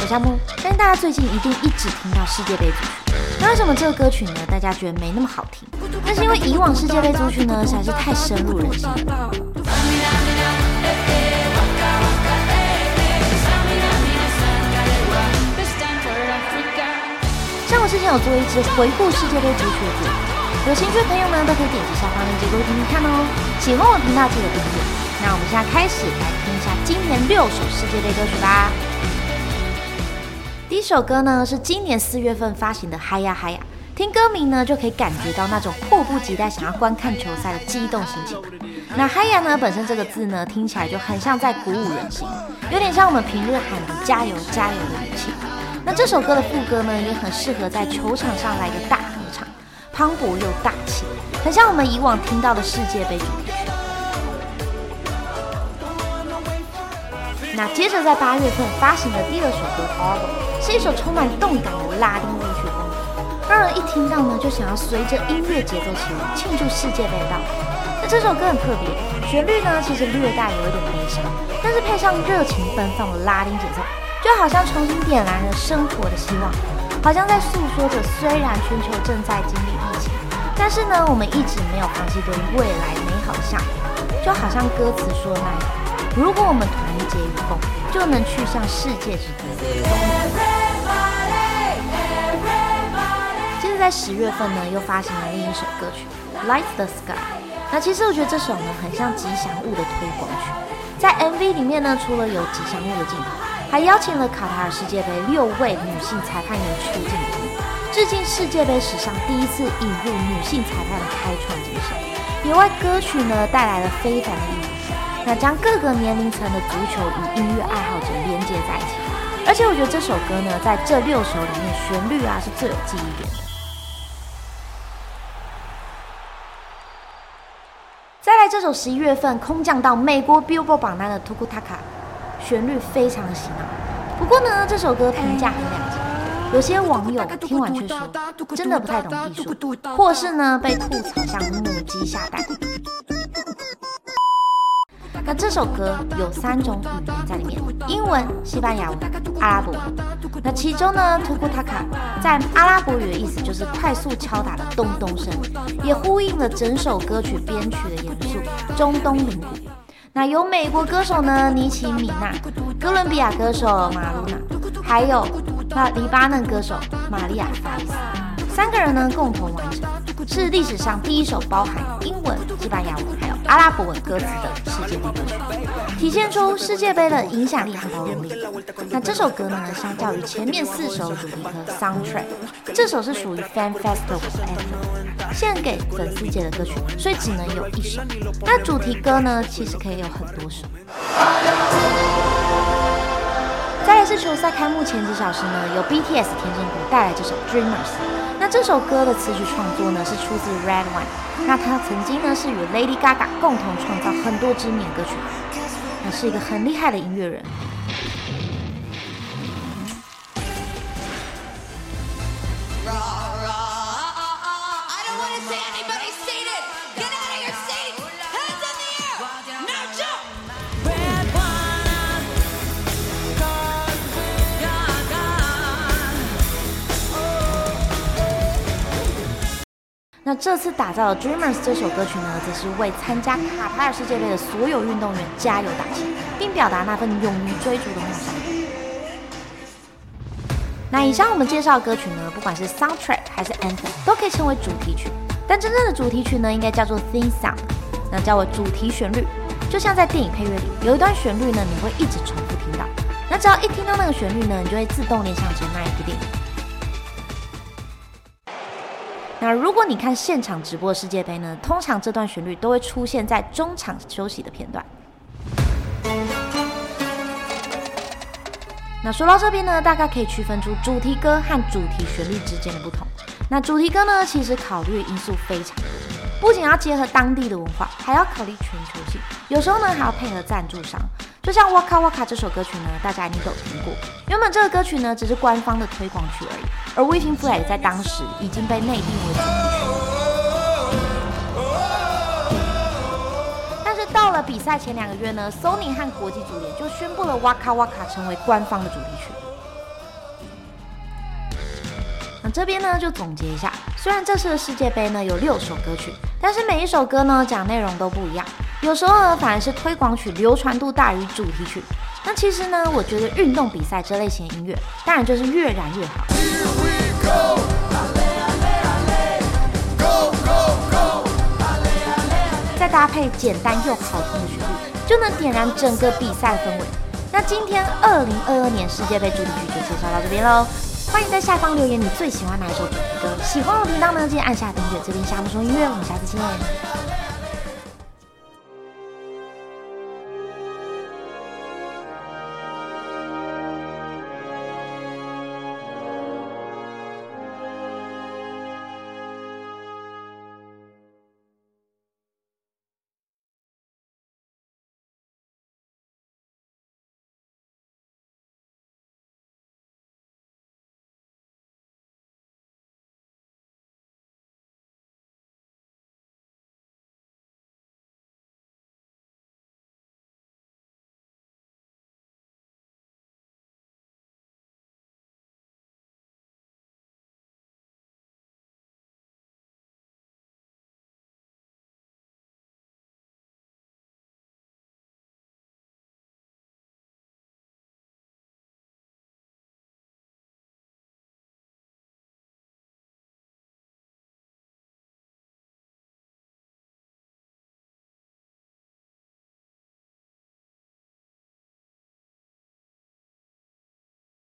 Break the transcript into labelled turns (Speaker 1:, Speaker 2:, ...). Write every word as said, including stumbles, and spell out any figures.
Speaker 1: 我夏木，相信大家最近一定一直听到世界杯足球。那为什么这个歌曲呢？大家觉得没那么好听？那是因为以往世界杯足球呢，实在是太深入人心了。像我之前有做一支回顾世界杯足球的主题，有兴趣的朋友呢，都可以点击下方链接过去听听看哦。喜欢我频道记得订阅。那我们现在开始来听一下今年六首世界杯歌曲吧。第一首歌呢是今年四月份发行的《嗨呀嗨呀》，听歌名呢就可以感觉到那种迫不及待想要观看球赛的激动心情。那嗨呀呢本身这个字呢听起来就很像在鼓舞人心，有点像我们平日喊的加油加油的语气。那这首歌的副歌呢也很适合在球场上来个大合唱，磅礴又大气，很像我们以往听到的世界杯主题曲。那接着在八月份发行的第二首歌《Harbor》是一首充满动感的拉丁舞曲风格，让人一听到呢就想要随着音乐节奏起舞，庆祝世界杯的到来。那这首歌很特别，旋律呢其实略带有一点悲伤，但是配上热情奔放的拉丁节奏，就好像重新点燃了生活的希望，好像在诉说着虽然全球正在经历疫情，但是呢我们一直没有放弃对未来美好的向往，就好像歌词说的那样，如果我们团结与共，就能去向世界之巅。接着在十月份呢，又发行了另一首歌曲《Light the Sky》。那其实我觉得这首呢，很像吉祥物的推广曲。在 M V 里面呢，除了有吉祥物的镜头，还邀请了卡塔尔世界杯六位女性裁判员出镜之一，致敬世界杯史上第一次引入女性裁判的开创精神。野外歌曲呢，带来了非凡的意义。那将各个年龄层的足球与音乐爱好者连接在一起，而且我觉得这首歌呢，在这六首里面，旋律啊是最有记忆点的。再来这首十一月份空降到美国 Billboard 榜单的 Tukutaka， 旋律非常的洗脑。不过呢，这首歌评价很两极，有些网友听完却说真的不太懂艺术，或是呢被吐槽像母鸡下蛋。那这首歌有三种语言在里面，英文、西班牙文、阿拉伯文。那其中呢 Tukutaka 在阿拉伯语的意思就是快速敲打的咚咚声，也呼应了整首歌曲编曲的元素中东铃鼓。那由美国歌手呢尼奇米娜、哥伦比亚歌手马露娜，还有那黎巴嫩歌手玛利亚法里斯，三个人呢共同完成，是历史上第一首包含英文、西班牙文还有阿拉伯文歌词的世界杯歌曲，体现出世界杯的影响力和包容力。那这首歌呢，相较于前面四首主题歌 Soundtrack， 这首是属于 Fan Festival 的 anthem， 献给粉丝节的歌曲，所以只能有一首。那主题歌呢，其实可以有很多首。再来是球赛开幕前几小时呢，由 B T S 田径国带来这首 Dreamers。那这首歌的词曲创作呢是出自 Red One， 那他曾经呢是与 Lady Gaga 共同创造很多知名的歌曲，那是一个很厉害的音乐人。那这次打造的 Dreamers 这首歌曲呢，则是为参加卡塔尔世界杯的所有运动员加油打气，并表达那份勇于追逐的梦想。那以上我们介绍的歌曲呢，不管是 Soundtrack 还是 Anthem， 都可以称为主题曲。但真正的主题曲呢，应该叫做 Theme Song， 那叫为主题旋律。就像在电影配乐里，有一段旋律呢，你会一直重复听到。那只要一听到那个旋律呢，你就会自动联想成那一部电影。那如果你看现场直播的世界杯呢，通常这段旋律都会出现在中场休息的片段。那说到这边呢，大概可以区分出主题歌和主题旋律之间的不同。那主题歌呢，其实考虑的因素非常多，不仅要结合当地的文化，还要考虑全球性，有时候呢还要配合赞助商。就像 Waka Waka 这首歌曲呢，大家一定都有听过。原本这个歌曲呢，只是官方的推广曲而已，而 Waving Flag 在当时已经被内定为主题曲。但是到了比赛前两个月呢 ，Sony 和国际足联就宣布了 Waka Waka 成为官方的主题曲。 这边呢就总结一下，虽然这次的世界杯呢有六首歌曲，但是每一首歌呢讲内容都不一样，有时候呢反而是推广曲流传度大于主题曲。那其实呢，我觉得运动比赛这类型的音乐，当然就是越燃越好。再搭配简单又好听的旋律，就能点燃整个比赛氛围。那今天二零二二年世界杯主题曲就介绍到这边喽。欢迎在下方留言你最喜欢哪一首主题歌，喜欢我的频道呢，记得按下订阅。这边夏慕说音乐，我们下次见。